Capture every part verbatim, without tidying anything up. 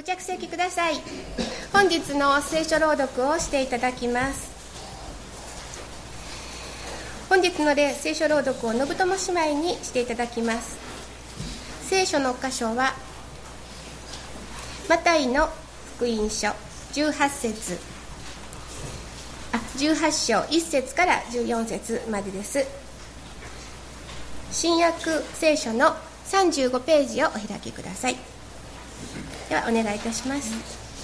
ご着席ください。本日の聖書朗読をしていただきます。本日の聖書朗読を信友姉妹にしていただきます。聖書の箇所はマタイの福音書じゅうはち節あじゅうはち章いち節からじゅうよん節までです。新約聖書のさんじゅうごページをお開きください。ではお願いいたします。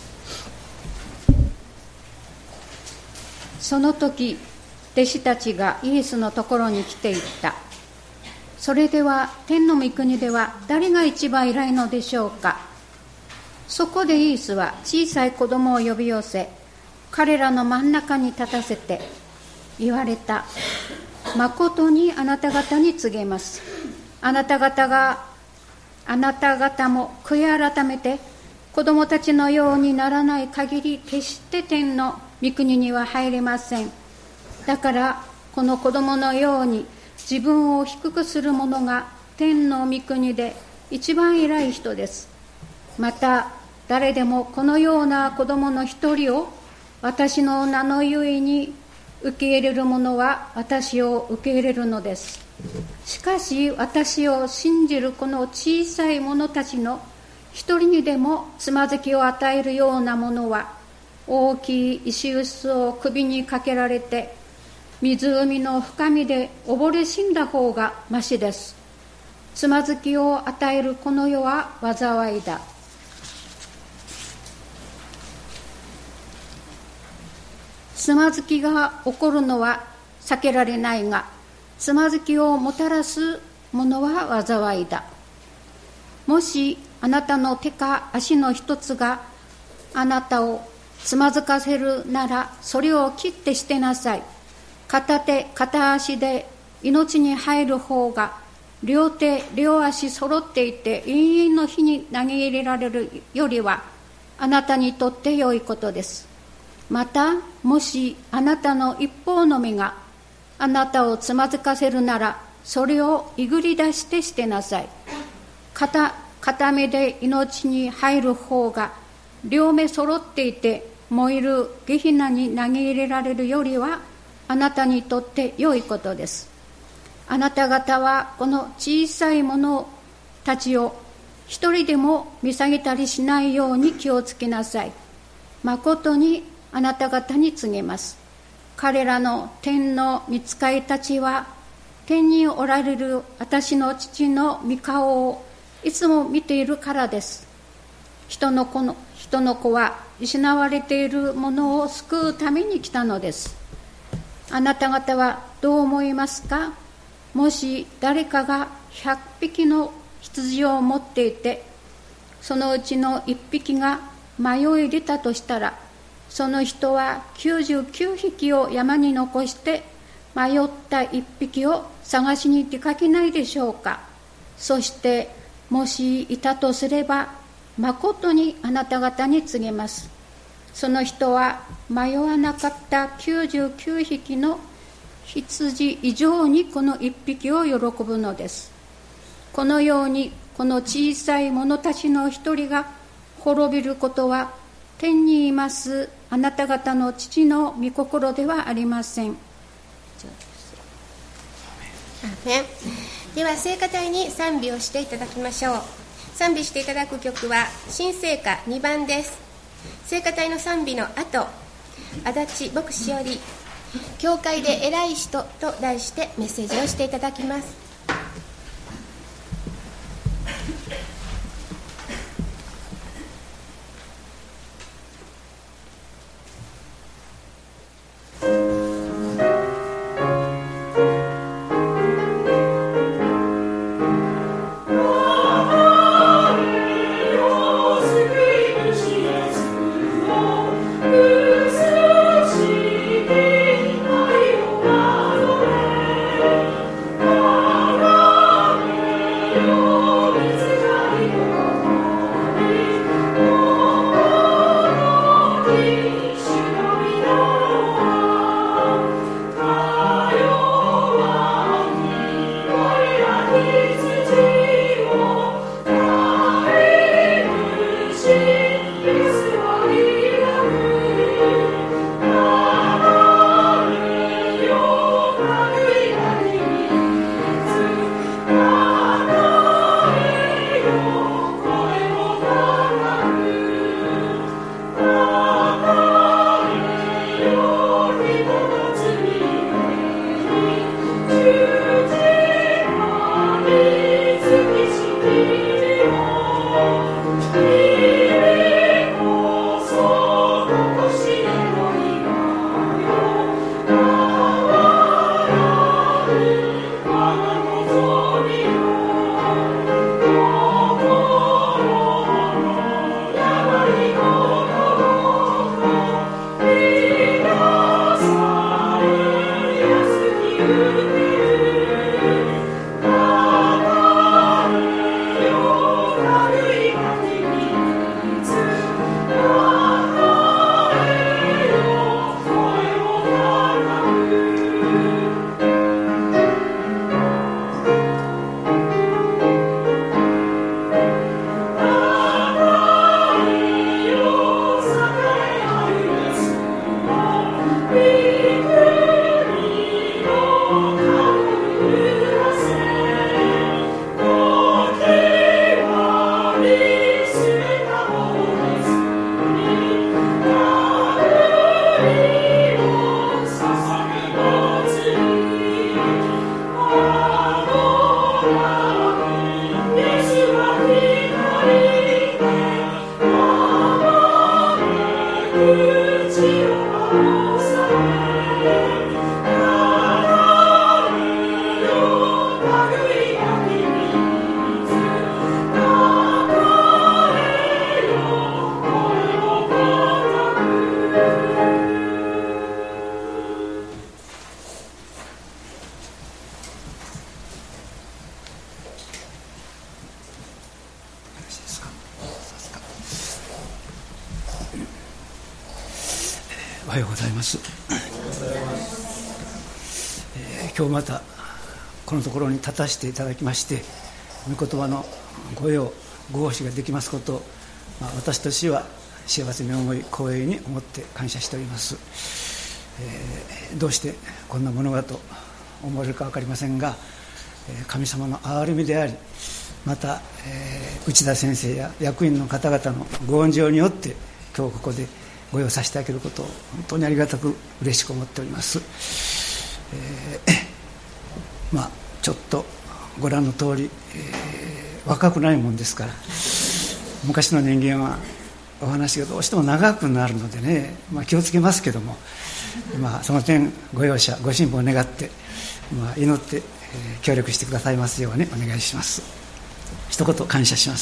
その時弟子たちがイエスのところに来ていった。それでは天の御国では誰が一番偉いのでしょうか。そこでイエスは小さい子供を呼び寄せ、彼らの真ん中に立たせて言われた。誠にあなた方に告げます。あなた方があなた方も悔い改めて子供たちのようにならない限り決して天の御国には入れません。だからこの子供のように自分を低くする者が天の御国で一番偉い人です。また誰でもこのような子供の一人を私の名のゆえに受け入れる者は私を受け入れるのです。しかし私を信じるこの小さい者たちの一人にでもつまずきを与えるようなものは大きい石臼を首にかけられて湖の深みで溺れ死んだ方がましです。つまずきを与えるこの世は災いだ。つまずきが起こるのは避けられないが、つまずきをもたらすものは災いだ。もしあなたの手か足の一つがあなたをつまずかせるなら、それを切って捨てなさい。片手片足で命に入る方が、両手両足揃っていて永遠の火に投げ入れられるよりはあなたにとって良いことです。またもしあなたの一方の目があなたをつまずかせるなら、それをいぐり出して捨てなさい。 片, 片目で命に入る方が両目揃っていて燃えるゲヒナに投げ入れられるよりはあなたにとって良いことです。あなた方はこの小さい者たちを一人でも見下げたりしないように気をつけなさい。誠にあなた方に告げます。彼らの天の御使いたちは天におられる私の父の御顔をいつも見ているからです。人の子の、人の子は失われているものを救うために来たのです。あなた方はどう思いますか。もし誰かが百匹の羊を持っていて、そのうちの一匹が迷い出たとしたら、その人はきゅうじゅうきゅうひきを山に残して迷った一匹を探しに出かけないでしょうか。そしてもしいたとすれば、誠にあなた方に告げます。その人は迷わなかったきゅうじゅうきゅうひきの羊以上にこの一匹を喜ぶのです。このようにこの小さい者たちの一人が滅びることは天にいますあなた方の父の御心ではありません。 では聖歌隊に賛美をしていただきましょう。賛美していただく曲は新聖歌にばんです。聖歌隊の賛美の後、足立牧師より教会で偉い人と題してメッセージをしていただきます。 Oh おはようございます。えー、今日またこのところに立たせていただきまして、御言葉のご用ご奉仕ができますことを、まあ、私としては幸せに思い光栄に思って感謝しております。えー、どうしてこんなものがと思われるか分かりませんが、神様の憐れみであり、また、えー、内田先生や役員の方々のご恩情によって今日ここでご用させていただけることを本当にありがたく嬉しく思っております。えー、まあちょっとご覧の通り、えー、若くないもんですから、昔の人間はお話がどうしても長くなるのでね、まあ、気をつけますけども、まあ、その点ご容赦ご辛抱を願って、まあ、祈って、えー、協力してくださいますようにお願いします。一言感謝します。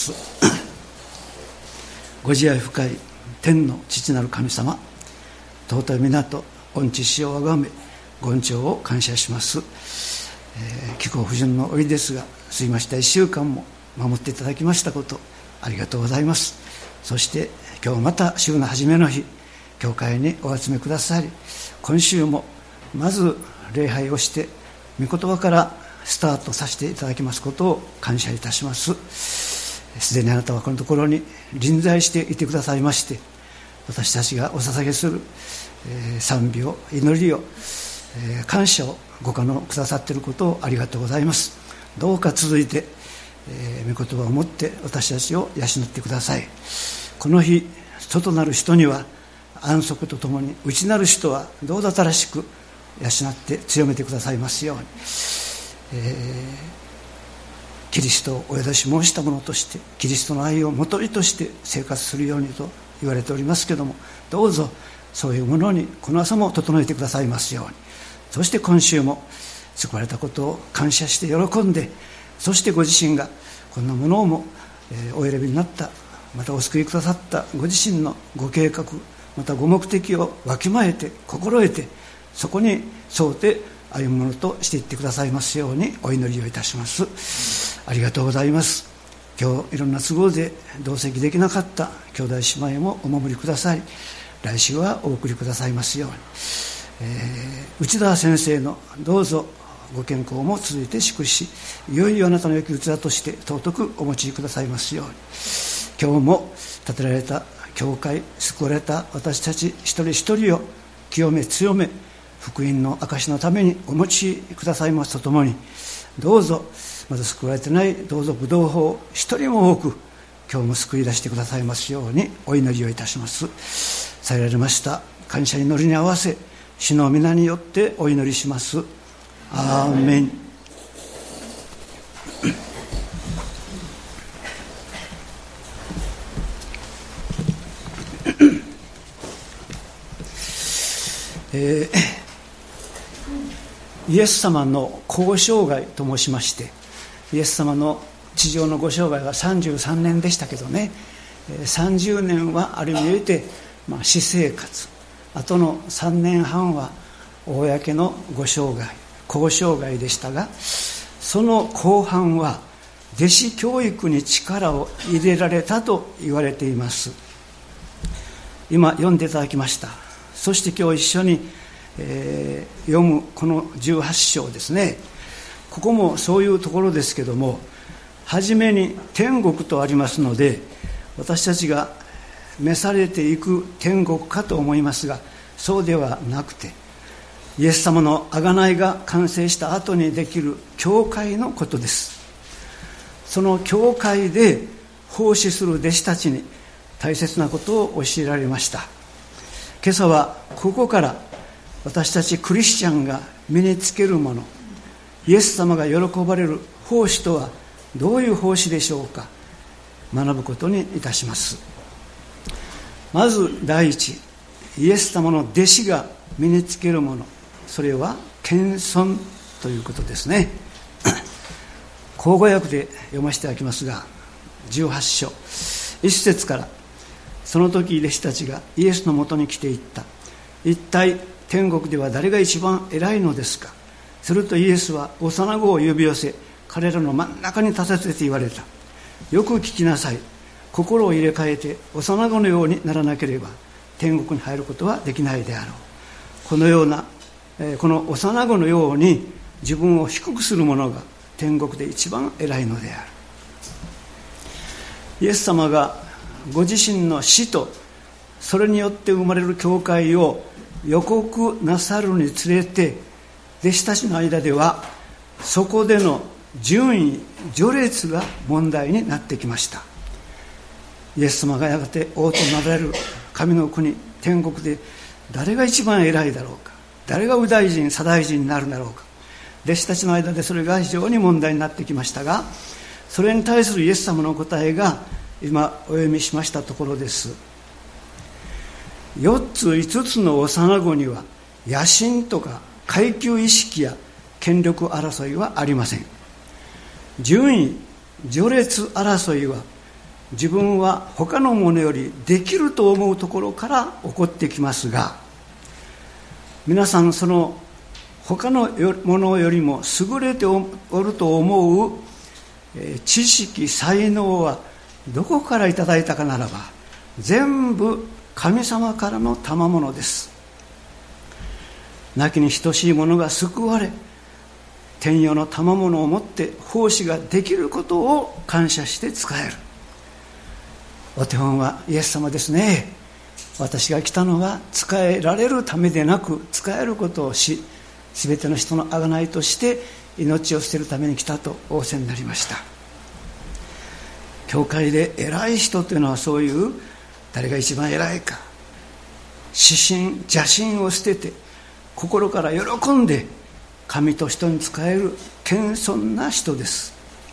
ご自愛深い天の父なる神様、尊い皆と御知識をあがめご恩寵を感謝します。えー、気候不順の折ですが、過ぎましたいっしゅうかんも守っていただきましたことありがとうございます。そして今日また週の初めの日、教会にお集めくださり、今週もまず礼拝をして御言葉からスタートさせていただきますことを感謝いたします。すでにあなたはこのところに臨在していてくださいまして、私たちがお捧げする、えー、賛美を祈りを、えー、感謝をご可能くださっていることをありがとうございます。どうか続いて、えー、御言葉を持って私たちを養ってください。この日外なる人には安息とともに、内なる人はどうぞ新しく養って強めてくださいますように、えー、キリストをお宿し申したものとして、キリストの愛をもとりとして生活するようにと言われておりますけども、どうぞそういうものにこの朝も整えてくださいますように。そして今週も救われたことを感謝して喜んで、そしてご自身がこんなものをも、えー、お選びになった、またお救いくださったご自身のご計画、またご目的をわきまえて心得て、そこに沿って歩むものとしていってくださいますようにお祈りをいたします。ありがとうございます。今日いろんな都合で同席できなかった兄弟姉妹もお守りください。来週はお送りくださいますように、えー、内田先生のどうぞご健康も続いて祝し、いよいよあなたの良き器として尊くお持ちくださいますように。今日も建てられた教会、救われた私たち一人一人を清め強め、福音の証のためにお持ちくださいますとともに、どうぞまだ救われてないどうぞブドウ法一人も多く今日も救い出してくださいますようにお祈りをいたします。されられました感謝祈りに合わせ、主の皆によってお祈りします。アーメン。えー、イエス様の公生涯と申しまして、イエス様の地上のご生涯はさんじゅうさんねんでしたけどね、さんじゅうねんはある意味において、まあ、私生活、あとのさんねんはんは公のご生涯、公生涯でしたが、その後半は弟子教育に力を入れられたと言われています。今読んでいただきました。そして今日一緒に、えー、読むこのじゅうはち章ですね、ここもそういうところですけども、初めに天国とありますので、私たちが召されていく天国かと思いますが、そうではなくて、イエス様の贖いが完成した後にできる教会のことです。その教会で奉仕する弟子たちに大切なことを教えられました。今朝はここから私たちクリスチャンが身につけるもの、イエス様が喜ばれる奉仕とはどういう奉仕でしょうか、学ぶことにいたします。まず第一、イエス様の弟子が身につけるもの、それは謙遜ということですね。口語訳で読ませていただきますが、じゅうはち章いっ節から、その時弟子たちがイエスのもとに来ていった。一体天国では誰が一番偉いのですか。するとイエスは幼子を呼び寄せ、彼らの真ん中に立たせて言われた。よく聞きなさい。心を入れ替えて幼子のようにならなければ天国に入ることはできないであろう。このような、この幼子のように自分を低くする者が天国で一番偉いのである。イエス様がご自身の死とそれによって生まれる教会を予告なさるにつれて、弟子たちの間ではそこでの順位序列が問題になってきました。イエス様がやがて王となられる神の国天国で誰が一番偉いだろうか、誰が右大臣左大臣になるだろうか、弟子たちの間でそれが非常に問題になってきましたが、それに対するイエス様の答えが今お読みしましたところです。よっついつつの幼子には野心とか階級意識や権力争いはありません。順位序列争いは自分は他の者よりできると思うところから起こってきますが、皆さんその他の者よりも優れておると思う知識才能はどこからいただいたかならば、全部神様からの賜物です。亡きに等しい者が救われ、天世の賜物をもって奉仕ができることを感謝して使える。お手本はイエス様ですね。私が来たのは仕えられるためでなく、仕えることをし、すべての人の贖いとして命を捨てるために来たと仰せになりました。教会で偉い人というのは、そういう誰が一番偉いか、私心邪心を捨てて心から喜んで神と人に仕える謙遜な人です。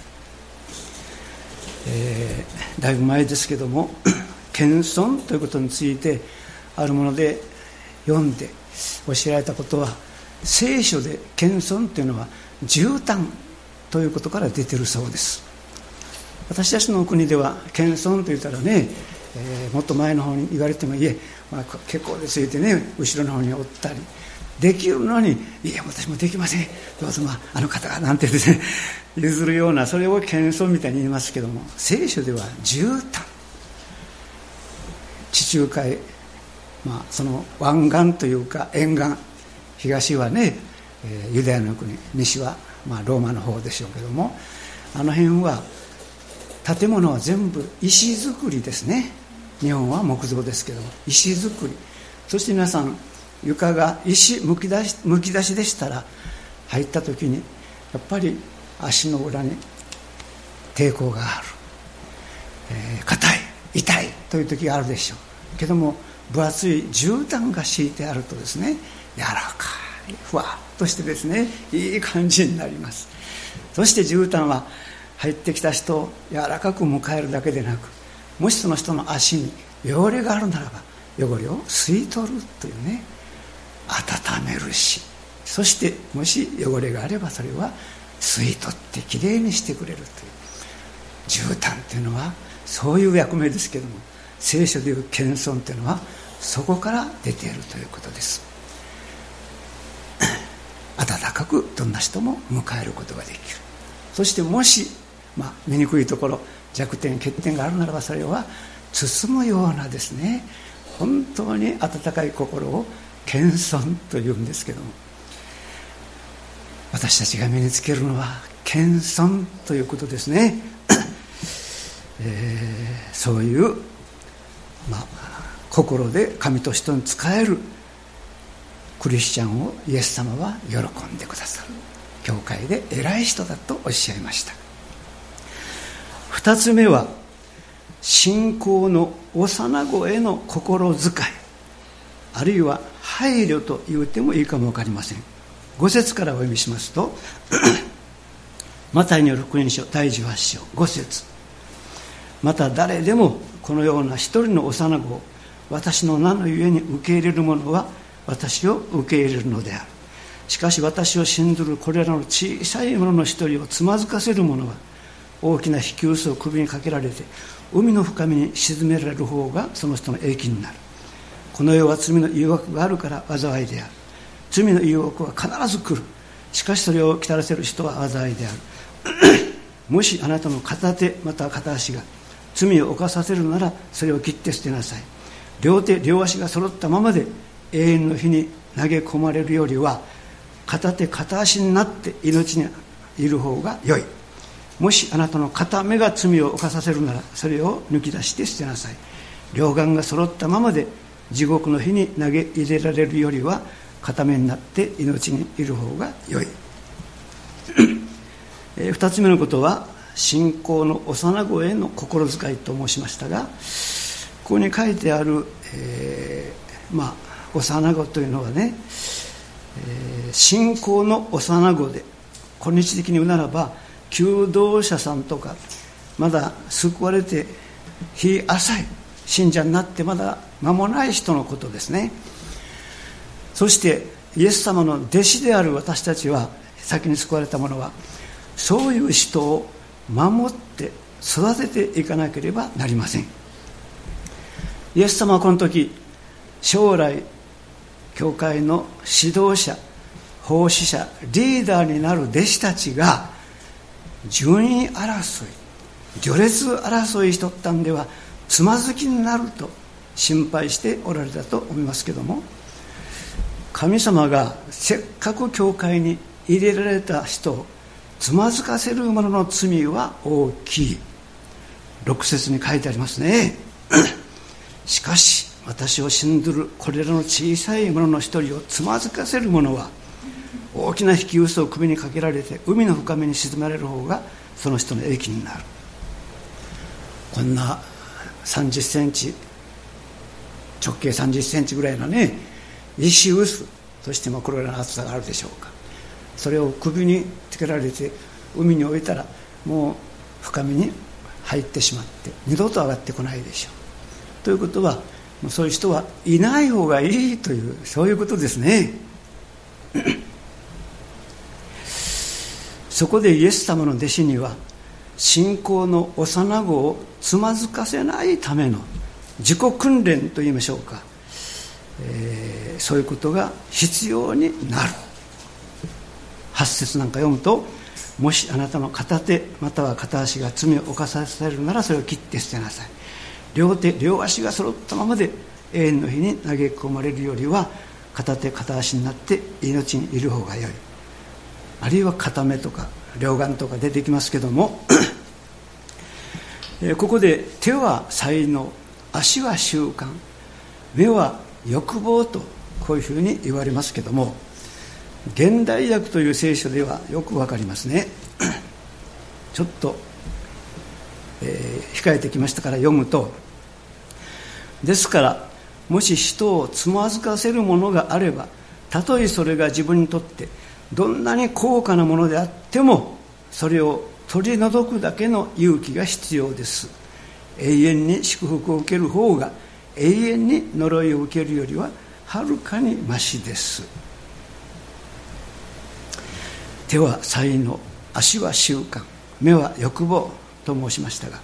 えー、だいぶ前ですけども謙遜ということについてあるもので読んで教えられたことは、聖書で謙遜というのは絨毯ということから出ているそうです。私たちの国では謙遜と言ったらね、えー、もっと前の方に言われてもいえ、まあ、結構です言ってね、後ろの方におったりできるのに、いや私もできません、どうぞ、まあ、あの方がなんてですね譲るような、それを謙遜みたいに言いますけども、聖書では絨毯、地中海、まあ、その湾岸というか沿岸、東はね、えー、ユダヤの国、西は、まあ、ローマの方でしょうけども、あの辺は建物は全部石造りですね。日本は木造ですけども石造り、そして皆さん床が石むき出し、むき出しでしたら、入った時にやっぱり足の裏に抵抗がある、えー、硬い痛いという時があるでしょうけども、分厚い絨毯が敷いてあるとですね、柔らかいふわっとしてですね、いい感じになります。そして絨毯は入ってきた人を柔らかく迎えるだけでなく、もしその人の足に汚れがあるならば汚れを吸い取るというね、温めるし、そしてもし汚れがあればそれは吸い取ってきれいにしてくれるという絨毯というのはそういう役目ですけども、聖書でいう謙遜というのはそこから出ているということです。温かくどんな人も迎えることができる。そしてもし、まあ、醜いところ、弱点欠点があるならば、それは包むようなですね、本当に温かい心を謙遜というんですけども、私たちが身につけるのは謙遜ということですね。えー、そういう、まあ、心で神と人に仕えるクリスチャンをイエス様は喜んでくださる。教会で偉い人だとおっしゃいました。二つ目は、信仰の幼子への心遣い、あるいは配慮と言うてもいいかも分かりません。ご節からお読みしますとマタイによる福音書だいじゅうはち章ご節、また誰でもこのような一人の幼子を私の名のゆえに受け入れる者は私を受け入れるのである。しかし私を信ずるこれらの小さい者の一人をつまずかせる者は大きな引き臼を首にかけられて海の深みに沈められる方がその人の益になる。この世は罪の誘惑があるから災いである。罪の誘惑は必ず来る。しかしそれを来たらせる人は災いである。もしあなたの片手または片足が罪を犯させるならそれを切って捨てなさい。 両手両足が揃ったままで永遠の火に投げ込まれるよりは、片手片足になって命にいる方が良い。もしあなたの片目が罪を犯させるなら、それを抜き出して捨てなさい。両眼が揃ったままで地獄の火に投げ入れられるよりは、片目になって命にいる方が良い。えー、二つ目のことは信仰の幼子への心遣いと申しましたが、ここに書いてある、えー、まあ幼子というのはね、えー、信仰の幼子で、今日的に言うならば求道者さんとか、まだ救われて日浅い信者になってまだ間もない人のことですね。そしてイエス様の弟子である私たちは、先に救われた者はそういう人を守って育てていかなければなりません。イエス様はこの時、将来教会の指導者、奉仕者、リーダーになる弟子たちが順位争い、序列争いしとったんではつまずきになると心配しておられたと思いますけども、神様がせっかく教会に入れられた人をつまずかせる者の罪は大きい。ろく節に書いてありますね。しかし私を信ずるこれらの小さい者の一人をつまずかせる者は、大きな引き嘘を首にかけられて海の深みに沈められる方がその人の益になる。こんなさんじゅっセンチ、直径さんじゅっセンチぐらいのね、石臼、そしてもこれらの厚さがあるでしょうか。それを首につけられて海に置いたら、もう深みに入ってしまって二度と上がってこないでしょう。ということは、もうそういう人はいない方がいいという、そういうことですね。そこでイエス様の弟子には、信仰の幼子をつまずかせないための自己訓練といいましょうか、えー、そういうことが必要になる。はち節なんか読むと、もしあなたの片手または片足が罪を犯させるなら、それを切って捨てなさい。両手両足が揃ったままで永遠の火に投げ込まれるよりは、片手片足になって命にいる方が良い。あるいは片目とか両眼とか出てきますけどもここで手は才能、足は習慣、目は欲望と、こういうふうに言われますけども、現代訳という聖書ではよくわかりますね。ちょっと、えー、控えてきましたから読むと、ですからもし人をつまずかせるものがあれば、たとえそれが自分にとってどんなに高価なものであっても、それを取り除くだけの勇気が必要です。永遠に祝福を受ける方が永遠に呪いを受けるよりははるかにましです。手は才能、足は習慣、目は欲望と申しましたが、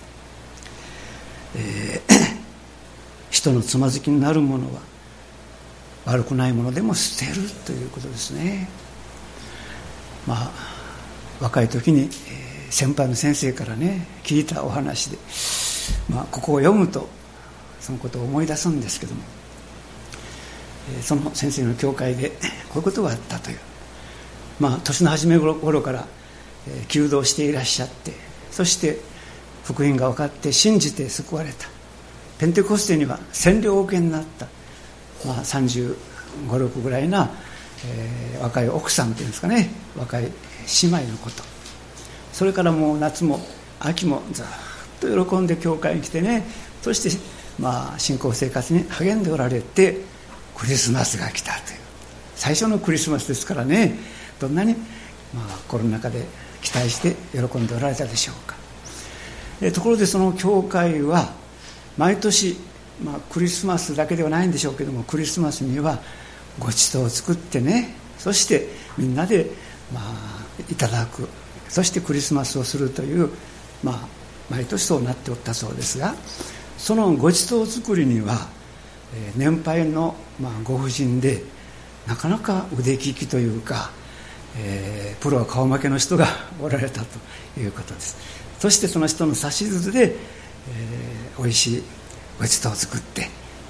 えー、人のつまずきになるものは悪くないものでも捨てるということですね。まあ若い時に、えー、先輩の先生からね聞いたお話で、まあ、ここを読むとそのことを思い出すんですけども、えー、その先生の教会でこういうことがあったという、まあ年の初め頃から、えー、求道していらっしゃって、そして福音が分かって信じて救われた。ペンテコステには洗礼をお受けになった、まあ、さんじゅうご、ろくぐらいな、えー、若い奥さんというんですかね、若い姉妹のこと、それからもう夏も秋もずっと喜んで教会に来てね、そして、まあ、信仰生活に励んでおられて、クリスマスが来たという最初のクリスマスですからね、どんなに、まあ、コロナ禍で期待して喜んでおられたでしょうか。えところでその教会は毎年、まあ、クリスマスだけではないんでしょうけども、クリスマスにはごちそうを作ってね、そしてみんなで、まあ、いただく、そしてクリスマスをするという、まあ、毎年そうなっておったそうですが、そのごちそう作りには、えー、年配の、まあ、ご婦人でなかなか腕利きというか、えー、プロは顔負けの人がおられたということです。そしてその人の指図で、えー、おいしいごちそうを作って、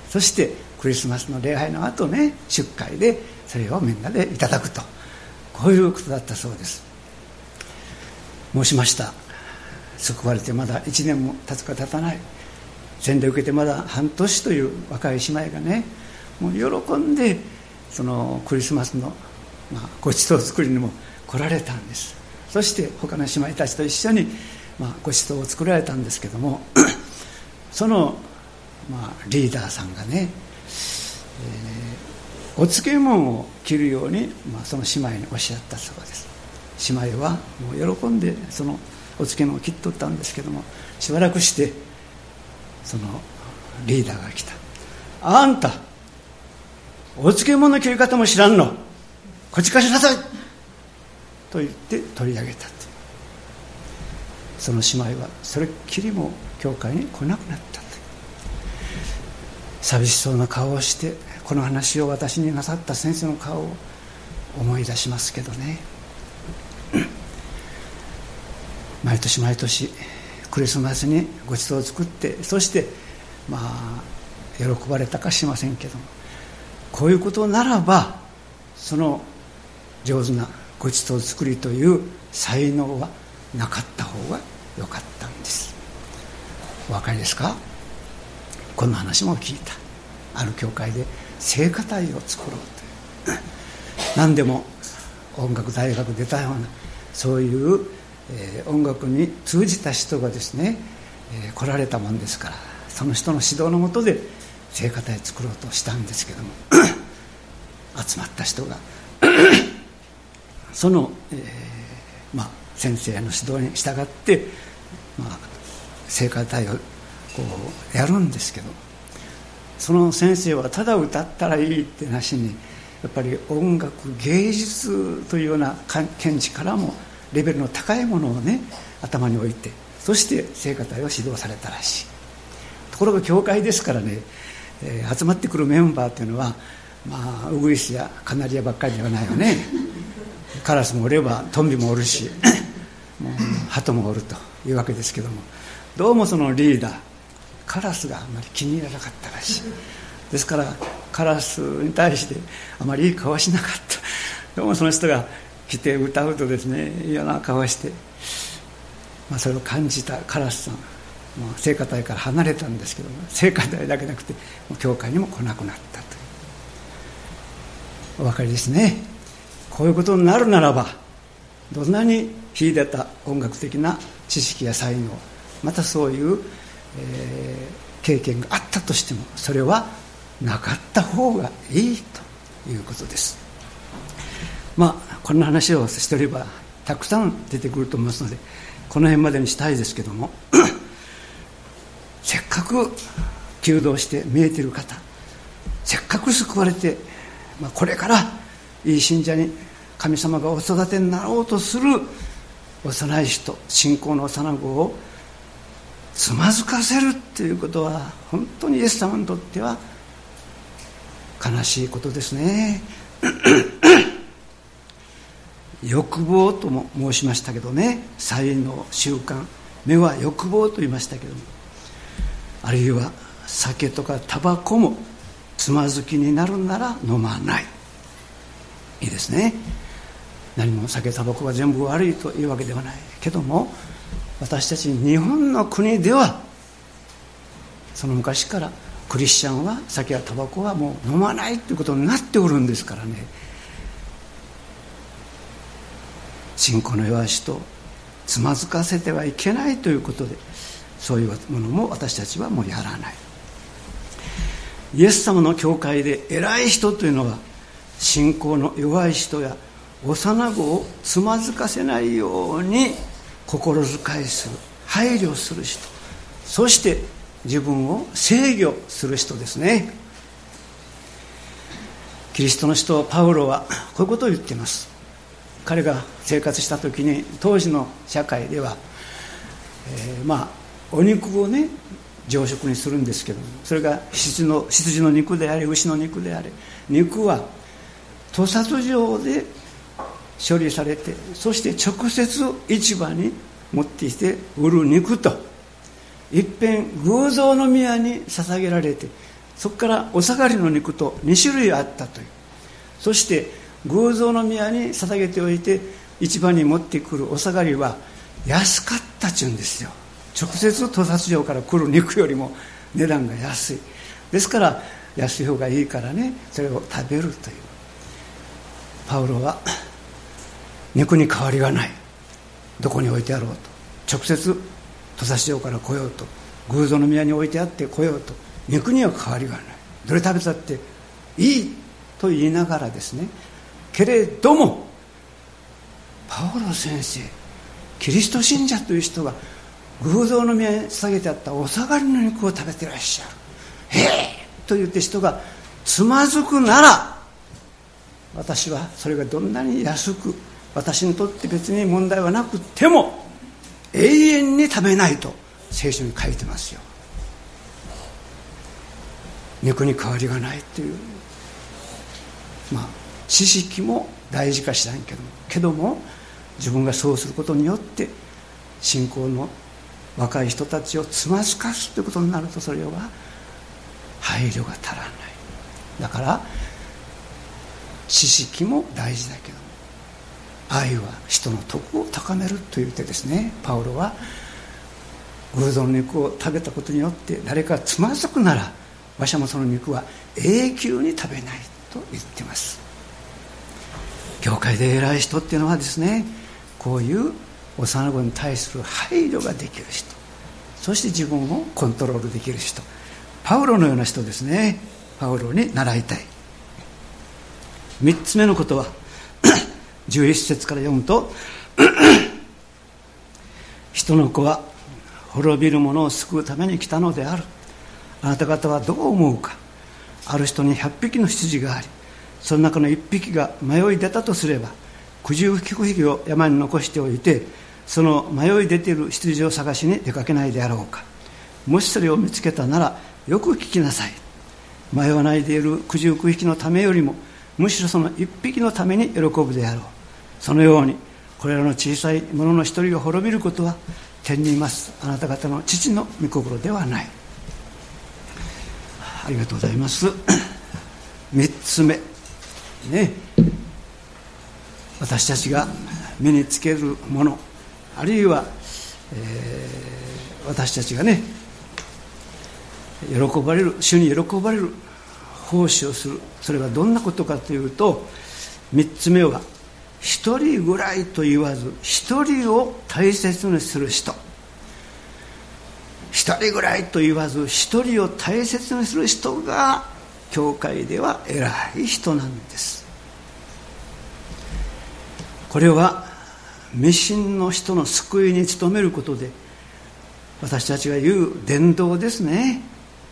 そしてクリスマスの礼拝の後ね、出会でそれをみんなでいただくと、こういうことだったそうです。申しました。救われてまだいちねんも経つか経たない、洗礼受けてまだ半年という若い姉妹がね、もう喜んでそのクリスマスの、まあ、ごちそう作りにも来られたんです。そして他の姉妹たちと一緒に、まあ、ごちそうを作られたんですけどもその、まあ、リーダーさんがね、えー、お漬物を切るように、まあ、その姉妹におっしゃったそうです。姉妹はもう喜んでそのお漬物を切っとったんですけども、しばらくしてそのリーダーが来た。あんたお漬物の切り方も知らんの、こっち貸しなさいと言って取り上げたという。その姉妹はそれっきりも教会に来なくなったという。寂しそうな顔をしてこの話を私になさった先生の顔を思い出しますけどね。毎年毎年クリスマスにごちそうを作って、そしてまあ喜ばれたかしませんけども、こういうことならばその上手なごちそう作りという才能はなかった方がよかったんです。お分かりですか？こんな話も聞いた。ある教会で聖歌隊を作ろうという何でも音楽大学出たようなそういう、えー、音楽に通じた人がですね、えー、来られたもんですから、その人の指導のもとで聖歌隊作ろうとしたんですけども集まった人がその、えーまあ、先生の指導に従って、まあ、聖歌隊をこうやるんですけど、その先生はただ歌ったらいいってなしに、やっぱり音楽芸術というような見地からもレベルの高いものをね頭に置いて、そして聖歌隊を指導されたらしい。ところが教会ですからね、えー、集まってくるメンバーというのは、まあウグイスやカナリアばっかりではないよね。カラスもおればトンビもおるしもう鳩もおるというわけですけども、どうもそのリーダーカラスがあまり気に入らなかったらしい。ですからカラスに対してあまりいい顔はしなかった。どうもその人が来て歌うとですね、嫌な顔して、まあ、それを感じたカラスさん、まあ、聖歌隊から離れたんですけども、聖歌隊だけなくてもう教会にも来なくなったという。お分かりですね。こういうことになるならば、どんなに秀でた音楽的な知識や才能、またそういう、えー、経験があったとしても、それはなかった方がいいということです。まあこんな話をしていればたくさん出てくると思いますので、この辺までにしたいですけどもせっかく求道して見えている方、せっかく救われて、まあ、これからいい信者に神様がお育てになろうとする幼い人、信仰の幼子をつまずかせるということは、本当にイエス様にとっては悲しいことですね。欲望とも申しましたけどね、才能、習慣、目は欲望と言いましたけども、あるいは酒とかタバコもつまずきになるなら飲まない。いいですね。何も酒タバコが全部悪いというわけではないけども、私たち日本の国ではその昔からクリスチャンは酒やタバコはもう飲まないということになっておるんですからね。信仰の弱い人をつまずかせてはいけないということで、そういうものも私たちはもうやらない。イエス様の教会で偉い人というのは、信仰の弱い人や幼子をつまずかせないように心遣いする、配慮する人、そして自分を制御する人ですね。キリストの使徒パウロはこういうことを言っています。彼が生活した時に、当時の社会では、えー、まあお肉をね常食にするんですけども、それが羊の羊の肉であれ牛の肉であれ、肉は屠殺場で処理されて、そして直接市場に持ってきて売る肉と、いっぺん偶像の宮に捧げられてそこからお下がりの肉とに種類あったという。そして偶像の宮に捧げておいて市場に持ってくるお下がりは安かったっちゅうんですよ。直接屠殺場から来る肉よりも値段が安いですから、安い方がいいからね、それを食べるという。パウロは肉に変わりがない、どこに置いてあろうと、直接屠殺場から来ようと、偶像の宮に置いてあって来ようと、肉には変わりがない、どれ食べたっていいと言いながらですね、けれどもパウロ先生、キリスト信者という人が偶像の宮に捧げてあったお下がりの肉を食べていらっしゃる、へえと言って人がつまずくなら、私はそれがどんなに安く、私にとって別に問題はなくても永遠に食べないと聖書に書いてますよ。肉に変わりがないという、まあ知識も大事かしらんけどもけども自分がそうすることによって信仰の若い人たちをつまずかすということになると、それは配慮が足らない。だから知識も大事だけども、愛は人の徳を高めるという手ですね。パウロは偶像の肉を食べたことによって誰かつまずくなら、わしもその肉は永久に食べないと言っています。教会で偉い人っていうのはですね、こういう幼子に対する配慮ができる人、そして自分をコントロールできる人、パウロのような人ですね。パウロに習いたい。三つ目のことはじゅういち節から読むと人の子は滅びる者を救うために来たのである。あなた方はどう思うか。ある人に百匹の羊があり、その中の一匹が迷い出たとすれば、九十九匹を山に残しておいて、その迷い出ている羊を探しに出かけないであろうか。もしそれを見つけたならよく聞きなさい。迷わないでいる九十九匹のためよりも、むしろその一匹のために喜ぶであろう。そのようにこれらの小さいものの一人が滅びることは、天にいますあなた方の父の御心ではない。ありがとうございます。三つ目ね、私たちが身につけるもの、あるいは、えー、私たちがね喜ばれる、主に喜ばれる奉仕をする、それはどんなことかというと、三つ目は一人ぐらいと言わず一人を大切にする人。一人ぐらいと言わず一人を大切にする人が教会では偉い人なんです。これは未信の人の救いに努めることで、私たちが言う伝道ですね。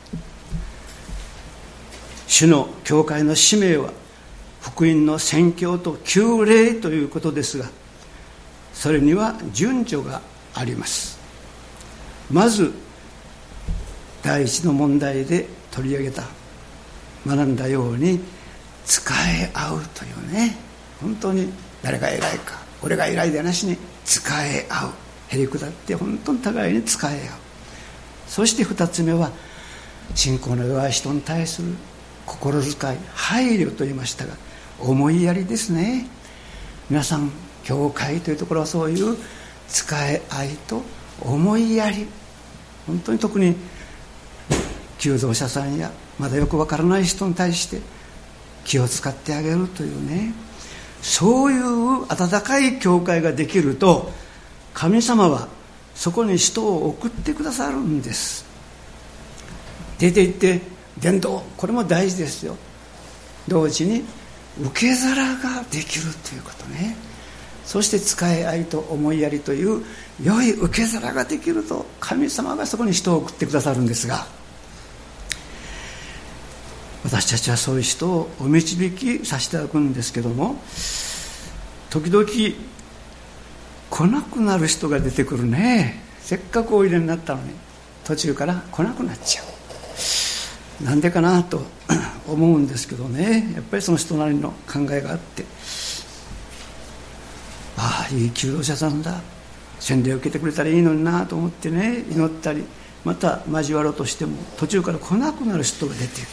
主の教会の使命は福音の宣教と救霊ということですが、それには順序があります。まず第一の問題で取り上げた学んだように、使い合うというね、本当に誰が偉いか、俺が偉いでなしに使い合う、へりくだって本当に互いに使い合う。そして二つ目は信仰の弱い人に対する心遣い、配慮と言いましたが、思いやりですね。皆さん教会というところはそういう使い合いと思いやり、本当に特に求道者さんやまだよくわからない人に対して気を使ってあげるというね、そういう温かい教会ができると、神様はそこに人を送ってくださるんです。出て行って伝道、これも大事ですよ。同時に受け皿ができるということね。そして使い合いと思いやりという良い受け皿ができると、神様がそこに人を送ってくださるんですが、私たちはそういう人をお導きさせていただくんですけども、時々来なくなる人が出てくるね。せっかくおいでになったのに途中から来なくなっちゃう。なんでかなと思うんですけどね。やっぱりその人なりの考えがあって、ああいい求道者さんだ、洗礼を受けてくれたらいいのになと思ってね、祈ったりまた交わろうとしても途中から来なくなる人が出てくる。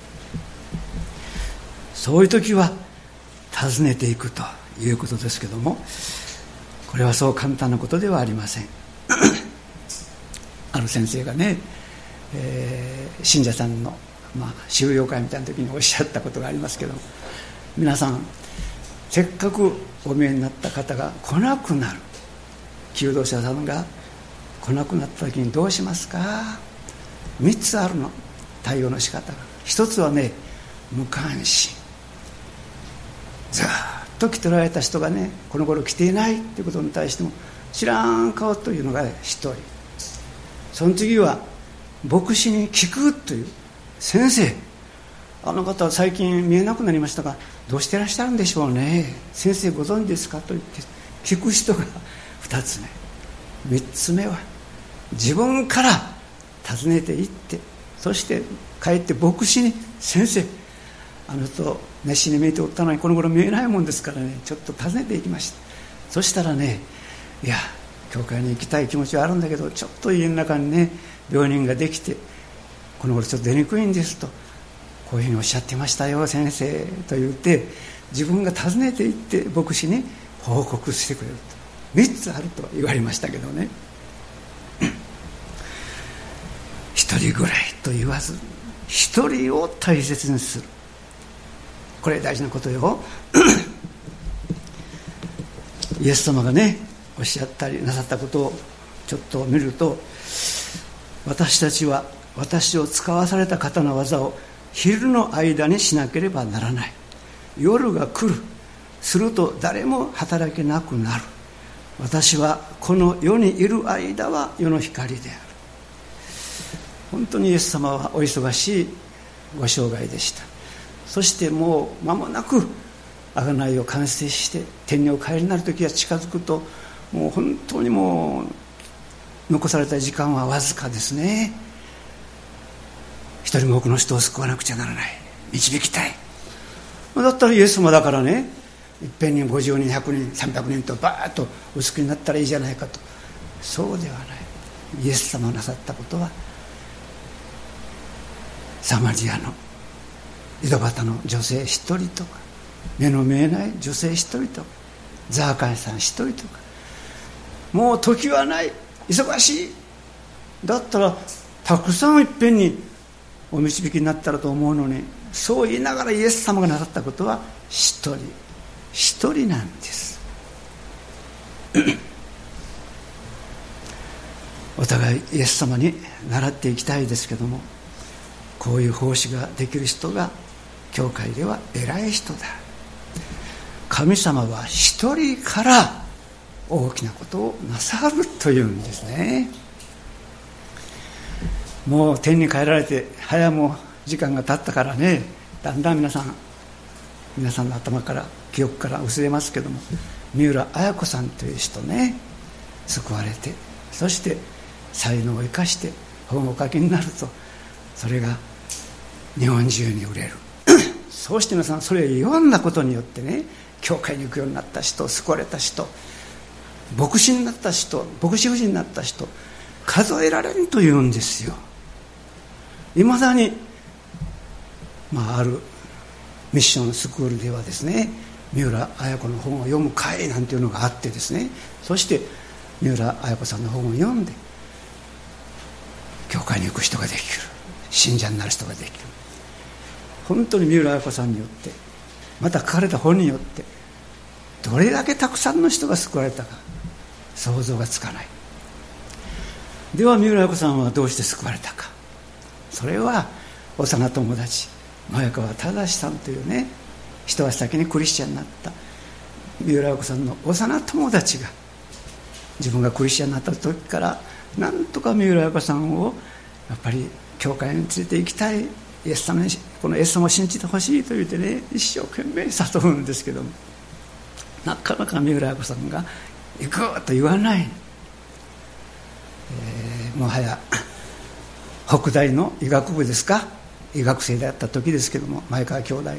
そういう時は訪ねていくということですけども、これはそう簡単なことではありません。ある先生がね、えー、信者さんの、まあ、修養会みたいな時におっしゃったことがありますけども、皆さんせっかくお見えになった方が来なくなる、求道者さんが来なくなった時にどうしますか。みっつあるの、対応の仕方が。一つはね、無関心。ずっと来ておられた人がね、この頃来ていないということに対しても知らん顔というのが一人。その次は牧師に聞くという、先生あの方は最近見えなくなりましたがどうしていらっしゃるんでしょうね、先生ご存知ですかと言って聞く人が二つ目。三つ目は自分から訪ねていって、そして帰って牧師に、先生あの人熱心に見えておったのにこの頃見えないもんですからね、ちょっと訪ねていきました。そしたらね、いや教会に行きたい気持ちはあるんだけど、ちょっと家の中にね病人ができてこの頃ちょっと出にくいんですと、こういうふうにおっしゃってましたよ先生と言って、自分が訪ねていって牧師に報告してくれると。みっつあると言われましたけどね、一人ぐらいと言わず一人を大切にする、これ大事なことよ。イエス様がねおっしゃったりなさったことをちょっと見ると、私たちは私を使わされた方の技を昼の間にしなければならない。夜が来る、すると誰も働けなくなる。私はこの世にいる間は世の光である。本当にイエス様はお忙しいご生涯でした。そしてもう間もなく贖いを完成して天にお帰りになる時が近づくと、もう本当にもう残された時間はわずかですね。一人も多くの人を救わなくちゃならない、導きたい。だったらイエス様だからね、いっぺんにごじゅうにんひゃくにんさんびゃくにんとバーッとお救いになったらいいじゃないかと。そうではない。イエス様がなさったことは、サマリアの井戸端の女性一人とか、目の見えない女性一人とか、ザーカイさん一人とか、もう時はない、忙しい、だったらたくさんいっぺんにお導きになったらと思うのに、そう言いながらイエス様がなさったことは一人一人なんです。お互いイエス様に習っていきたいですけども、こういう奉仕ができる人が教会では偉い人だ。神様は一人から大きなことをなさるというんですね。もう天に帰られて早も時間が経ったからね、だんだん皆さん皆さんの頭から記憶から薄れますけども、三浦綾子さんという人ね、救われて、そして才能を生かして本をお書きになると、それが日本中に売れる。そうして皆さんそれを読んだことによってね、教会に行くようになった人、救われた人、牧師になった人、牧師夫人になった人、数えられんというんですよ。いまだに、まあ、あるミッションスクールではですね、三浦綾子の本を読む会なんていうのがあってですね、そして三浦綾子さんの本を読んで教会に行く人ができる、信者になる人ができる。本当に三浦綾子さんによって、また書かれた本によってどれだけたくさんの人が救われたか想像がつかない。では三浦綾子さんはどうして救われたか。それは幼友達前川忠さんというね、一足先にクリスチャンになった三浦綾子さんの幼友達が、自分がクリスチャンになった時からなんとか三浦綾子さんをやっぱり教会に連れて行きたい、イエス様にこのイエス様を信じてほしいと言ってね、一生懸命誘うんですけども、なかなか三浦綾子さんが行くと言わない。えー、もはや北大の医学部ですか、医学生であった時ですけども、前川兄弟が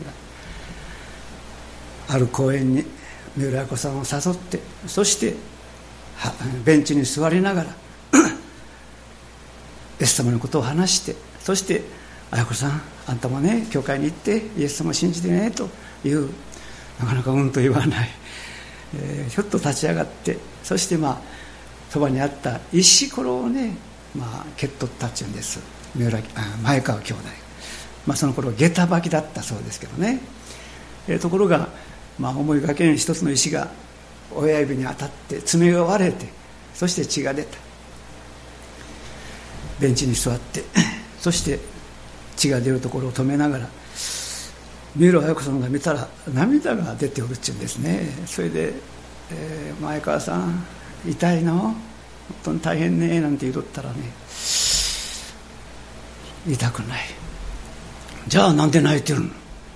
ある公園に三浦綾子さんを誘って、そしてベンチに座りながらイエス様のことを話して、そして綾子さん、あんたもね教会に行ってイエス様を信じてねという、なかなかうんと言わない、えー、ひょっと立ち上がって、そしてまあそばにあった石ころをね、まあ、蹴っ取ったっていうんです、三浦あ前川兄弟、まあ、その頃下駄履きだったそうですけどね、えー、ところが、まあ、思いがけん一つの石が親指に当たって爪が割れて、そして血が出た。ベンチに座ってそして血が出るところを止めながら、三浦綾子さんが見たら涙が出ておるっちゅうんですね。それで、えー、前川さん痛いの本当に大変ねなんて言うとったらね、痛くない。じゃあなんで泣いてるの。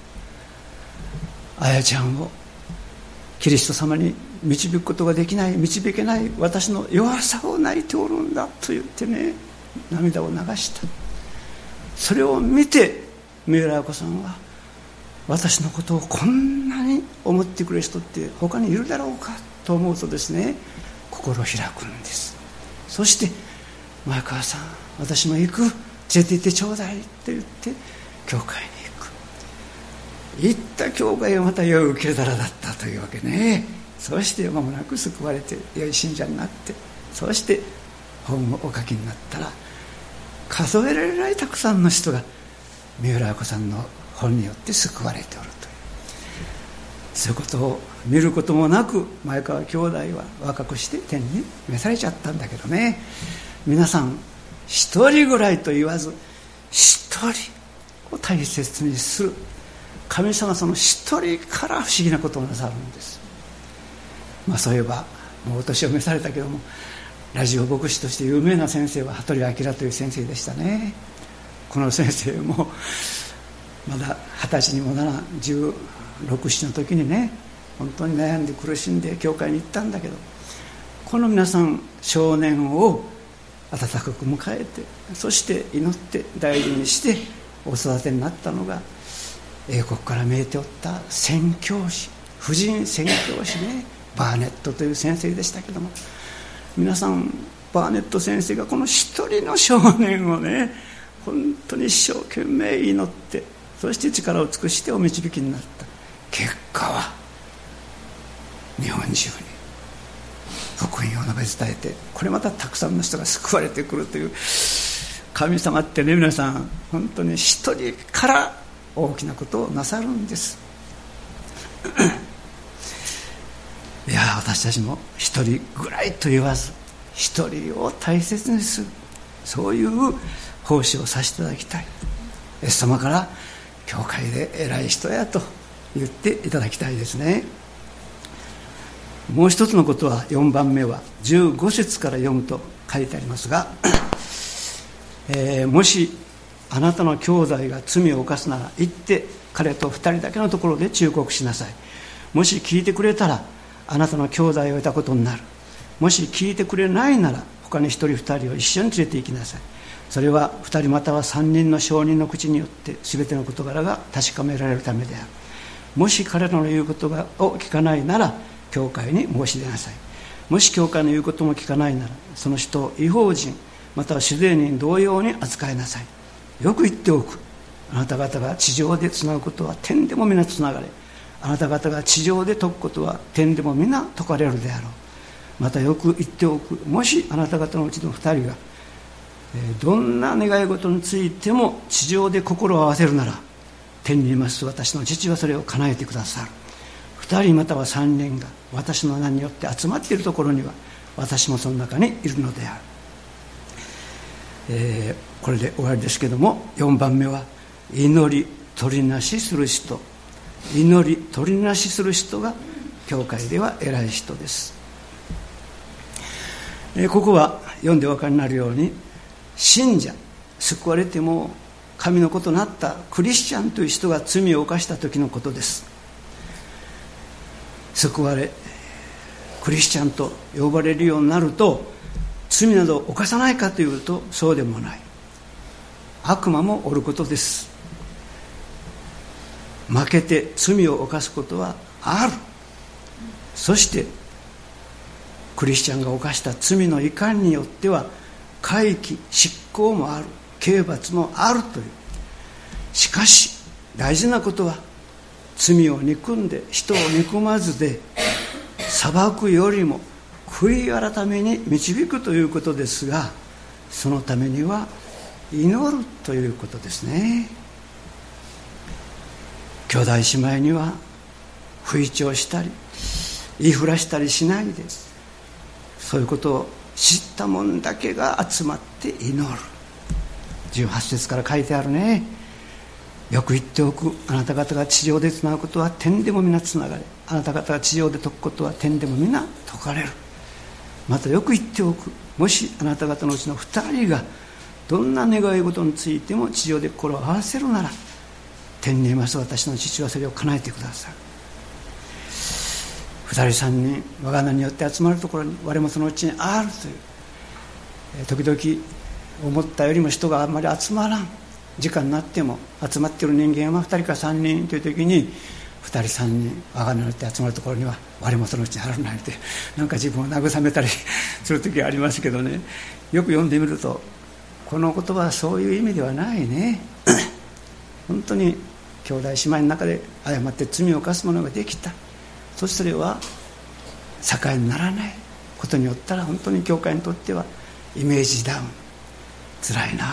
綾ちゃんをキリスト様に導くことができない、導けない私の弱さを泣いておるんだと言ってね、涙を流した。それを見て三浦綾子さんは、私のことをこんなに思ってくれる人って他にいるだろうかと思うとですね、心を開くんです。そして前川さん私も行く、連れて行ってちょうだいと言って教会に行く。行った教会がまた良い受け皿だったというわけね。そして間もなく救われて良い信者になって、そして本をお書きになったら、数えられないたくさんの人が三浦綾子さんの本によって救われておるという、そういうことを見ることもなく前川兄弟は若くして天に召されちゃったんだけどね。皆さん一人ぐらいと言わず一人を大切にする神様、その一人から不思議なことをなさるんです。まあそういえばもうお年を召されたけども、ラジオ牧師として有名な先生は羽鳥明という先生でしたね。この先生もまだ二十歳にもならんじゅうろく、ななの時にね、本当に悩んで苦しんで教会に行ったんだけど、この皆さん少年を温かく迎えて、そして祈って大事にしてお育てになったのが、英国から見えておった宣教師、婦人宣教師ね、バーネットという先生でしたけども、皆さんバーネット先生がこの一人の少年をね、本当に一生懸命祈って、そして力を尽くしてお導きになった。結果は日本中に福音を述べ伝えて、これまたたくさんの人が救われてくるという、神様ってね、皆さん本当に一人から大きなことをなさるんですいや、私たちも一人ぐらいと言わず一人を大切にする、そういう奉仕をさせていただきたい。イエス様から教会で偉い人やと言っていただきたいですね。もう一つのことは、よんばんめはじゅうご節から読むと書いてありますが、えー、もしあなたの兄弟が罪を犯すなら、行って彼と二人だけのところで忠告しなさい。もし聞いてくれたらあなたの兄弟を得たことになる。もし聞いてくれないなら、他に一人二人を一緒に連れて行きなさい。それは二人または三人の証人の口によって全ての事柄が確かめられるためである。もし彼らの言うことを聞かないなら、教会に申し出なさい。もし教会の言うことも聞かないなら、その人を異邦人または主税人同様に扱いなさい。よく言っておく。あなた方が地上でつなぐことは天でも皆つながれ、あなた方が地上で解くことは天でも皆解かれるであろう。またよく言っておく。もしあなた方のうちの二人がどんな願い事についても地上で心を合わせるなら、天にいます私の父はそれを叶えてくださる。二人または三人が私の名によって集まっているところには、私もその中にいるのである。えー、これで終わりですけども、よんばんめは祈り取りなしする人。祈り取りなしする人が教会では偉い人です。えー、ここは読んでお分かりになるように、信者、救われても神の子となったクリスチャンという人が罪を犯した時のことです。救われクリスチャンと呼ばれるようになると、罪などを犯さないかというとそうでもない。悪魔もおることです。負けて罪を犯すことはある。そしてクリスチャンが犯した罪のいかんによっては、怪奇執行もある、刑罰もあるという。しかし大事なことは、罪を憎んで人を憎まずで裁くよりも悔い改めに導くということですが、そのためには祈るということですね。兄弟姉妹には不意調したり言いふらしたりしないで、そういうことを知った者だけが集まって祈る。じゅうはち節から書いてあるね。よく言っておく。あなた方が地上でつなぐことは天でも皆つながれ、あなた方が地上で解くことは天でも皆解かれる。またよく言っておく。もしあなた方のうちの二人がどんな願い事についても地上で心を合わせるなら、天にいます私の父はそれを叶えてくださる。二人三人我が名によって集まるところに我もそのうちにあるという。時々思ったよりも人があんまり集まらん時間になっても、集まっている人間は二人か三人という時に、二人三人我が名によって集まるところには我もそのうちにあるなんて、なんか自分を慰めたりする時がありますけどね。よく読んでみるとこの言葉はそういう意味ではないね。本当に兄弟姉妹の中で誤って罪を犯す者ができた。そしてそれは境にならないことによったら、本当に教会にとってはイメージダウン、つらいな。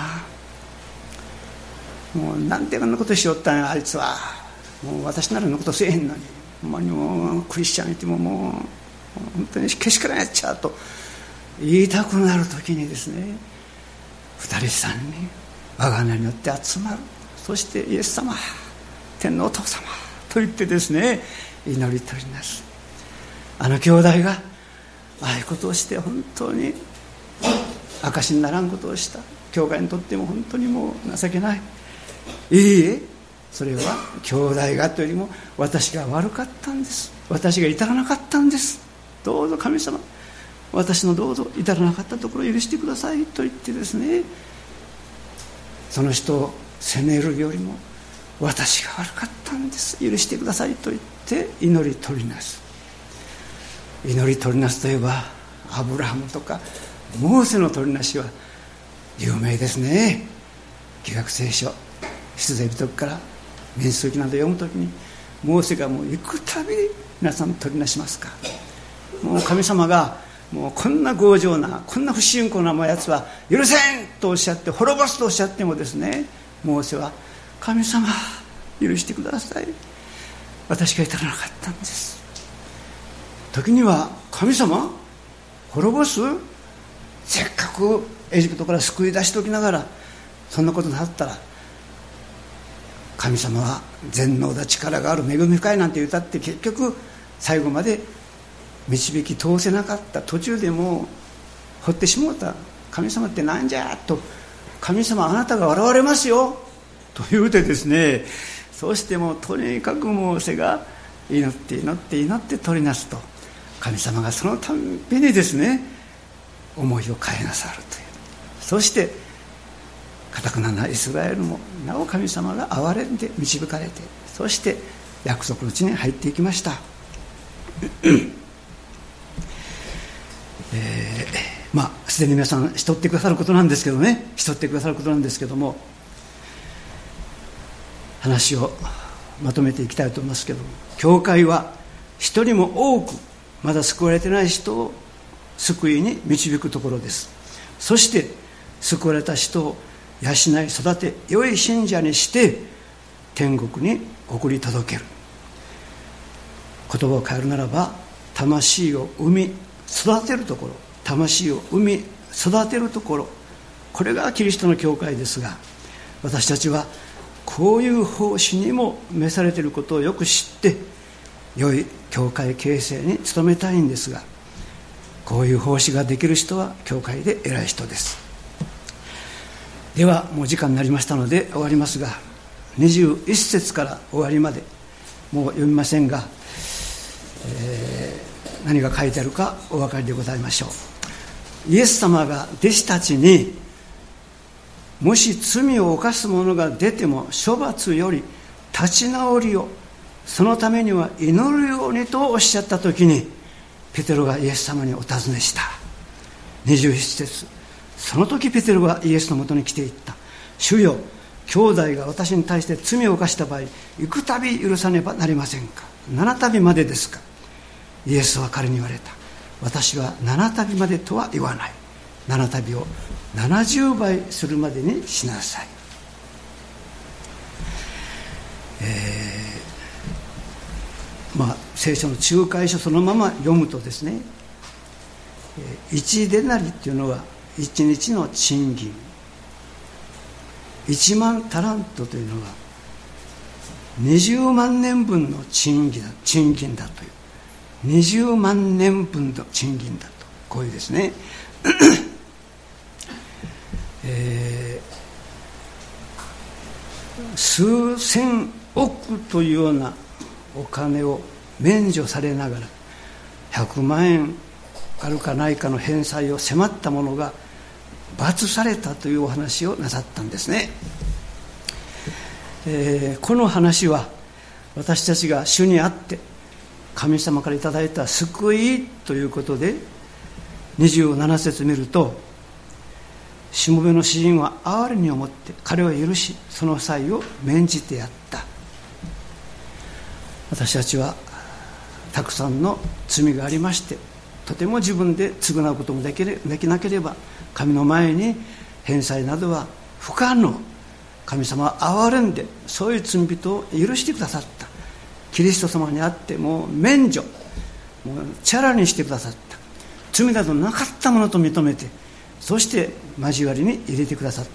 もうなんてこんなことしよったんやあいつは。もう私ならのことせえへんのに、ほんまにもうクリスチャンいてももう本当にけしからんやっちゃうと言いたくなるときにですね、二人三人我が名によって集まる。そしてイエス様、天のお父様と言ってですね、祈り取りなす。あの兄弟がああいうことをして本当に証にならんことをした。教会にとっても本当にもう情けない。いいえ、それは兄弟がというよりも私が悪かったんです。私が至らなかったんです。どうぞ神様、私のどうぞ至らなかったところを許してくださいと言ってですね、その人を責めるよりも私が悪かったんです、許してくださいと言って祈り取りなす。祈り取りなすといえばアブラハムとかモーセの取りなしは有名ですね。旧約聖書出エジプトから民数記など読むときに、モーセがもう行くたび皆さん取りなしますか。もう神様がもうこんな強情な、こんな不信仰なやつは許せんとおっしゃって、滅ぼすとおっしゃってもですね、モーセは神様許してください、私が至らなかったんです。時には神様滅ぼす、せっかくエジプトから救い出しておきながらそんなことになったら、神様は全能だ、力がある、恵み深いなんて言ったって結局最後まで導き通せなかった。途中でもう掘ってしもうた。神様ってなんじゃと、神様あなたが笑われますよと言うてですね、そうしてもとにかくモーセが祈って祈って祈って取りなすと、神様がそのたんびにですね思いを変えなさるという。そして堅くななイスラエルもなお神様が憐れんで導かれて、そして約束の地に入っていきました。えー、まあすでに皆さんしとってくださることなんですけどねしとってくださることなんですけども、話をまとめていきたいと思いますけども、教会は一人も多くまだ救われてない人を救いに導くところです。そして救われた人を養い育て、良い信者にして天国に送り届ける。言葉を変えるならば、魂を生み育てるところ、魂を生み育てるところ、これがキリストの教会ですが、私たちはこういう奉仕にも召されていることをよく知って、良い教会形成に努めたいんですが、こういう奉仕ができる人は教会で偉い人です。ではもう時間になりましたので終わりますが、にじゅういっ節から終わりまでもう読みませんが、えー、何が書いてあるかお分かりでございましょう。イエス様が弟子たちに、もし罪を犯す者が出ても処罰より立ち直りを、そのためには祈るようにとおっしゃったときに、ペテロがイエス様にお尋ねした。にじゅういち節、 その時ペテロがイエスのもとに来ていった。主よ、兄弟が私に対して罪を犯した場合、幾度許さねばなりませんか。七度までですか。イエスは彼に言われた。私は七度までとは言わない。七度を七十倍するまでにしなさい。えー、まあ聖書の仲介書そのまま読むとですね、一デナリっていうのは一日の賃金、一万タラントというのはにじゅうまんねんぶんの賃金だ、賃金だという、にじゅうまんねんぶんの賃金だと、こういうですね、えー、数千億というようなお金を免除されながらひゃくまんえんあるかないかの返済を迫った者が罰されたというお話をなさったんですね。えー、この話は私たちが主にあって神様からいただいた救いということで、にじゅうなな節見ると、しもべの詩人は哀れに思って彼を許し、その際を免じてやった。私たちはたくさんの罪がありまして、とても自分で償うこともできれ、できなければ神の前に返済などは不可能。神様は憐れんでそういう罪人を許してくださった。キリスト様にあってもう免除、もうチャラにしてくださった。罪などなかったものと認めて、そして交わりに入れてくださった。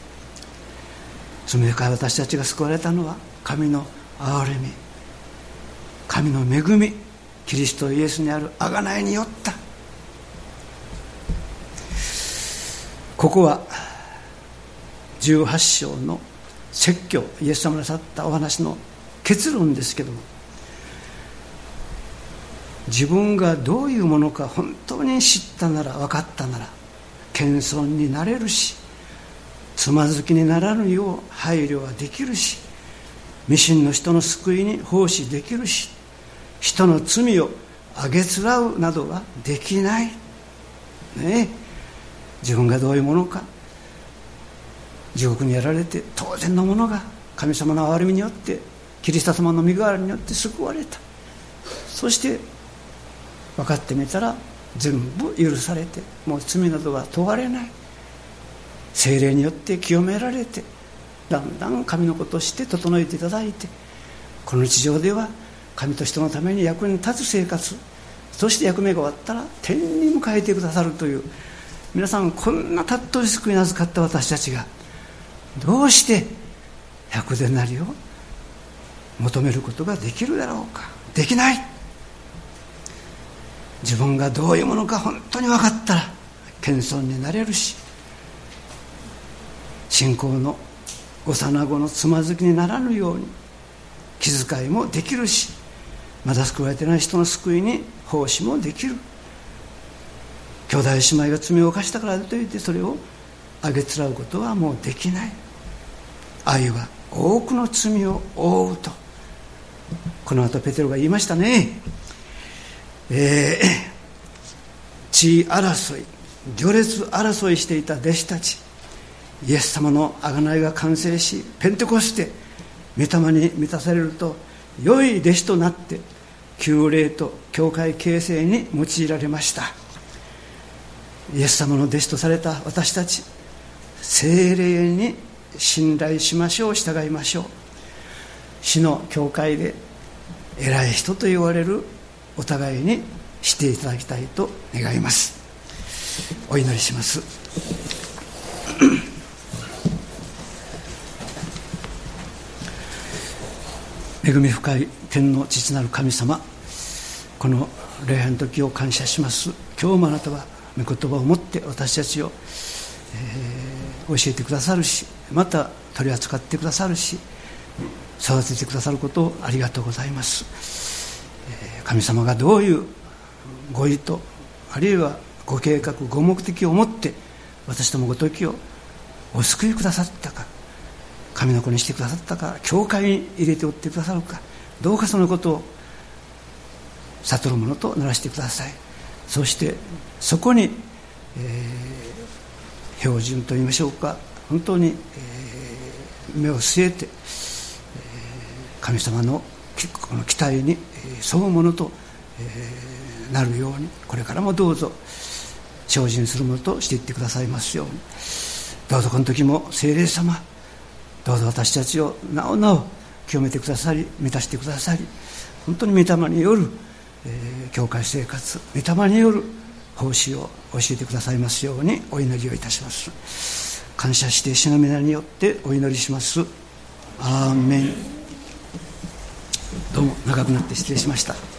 罪から私たちが救われたのは神の憐れみ、神の恵み、キリストイエスにある贖いによった。ここはじゅうはち章の説教、イエス様がなさったお話の結論ですけども、自分がどういうものか本当に知ったなら、分かったなら謙遜になれるし、つまずきにならぬよう配慮はできるし、未信の人の救いに奉仕できるし、人の罪をあげつらうなどはできない、ね、自分がどういうものか、地獄にやられて当然のものが神様の憐れみによって、キリスト様の身代わりによって救われた。そして分かってみたら全部許されて、もう罪などは問われない。聖霊によって清められて、だんだん神のことをして整えていただいて、この地上では神と人のために役に立つ生活、そして役目が終わったら天に迎えてくださるという、皆さん、こんな尊い救いに預かった私たちがどうして百デナリを求めることができるだろうか。できない。自分がどういうものか本当に分かったら謙遜になれるし、信仰の幼子のつまずきにならぬように気遣いもできるし、まだ救われてない人の救いに奉仕もできる。兄弟姉妹が罪を犯したからといってそれをあげつらうことはもうできない。愛は多くの罪を負うと、この後ペテロが言いましたね。えー、地位争い、序列争いしていた弟子たち、イエス様の贖いが完成し、ペンテコステ御霊に満たされると、良い弟子となって旧礼と教会形成に用いられました。イエス様の弟子とされた私たち、聖霊に信頼しましょう、従いましょう。主の教会で偉い人と言われるお互いにしていただきたいと願います。お祈りします。恵み深い天の父なる神様、この礼拝の時を感謝します。今日もあなたは御言葉を持って私たちを、えー、教えてくださるし、また取り扱ってくださるし、育ててくださることをありがとうございます。えー、神様がどういうご意図、あるいはご計画、ご目的を持って私どもごときをお救いくださったか、神の子にしてくださったか、教会に入れておってくださるか、どうかそのことを悟るものとならしてください。そしてそこに、えー、 標準といいましょうか、本当に、えー、目を据えて、えー、神様のこの期待に沿うものと、えー、なるように、これからもどうぞ精進するものとしていってくださいますように。どうぞこの時も聖霊様、どうぞ私たちをなおなお清めてくださり、満たしてくださり、本当に御霊による、えー、教会生活、御霊による奉仕を教えてくださいますようにお祈りをいたします。感謝して主の皆によってお祈りします。アーメン。どうも長くなって失礼しました。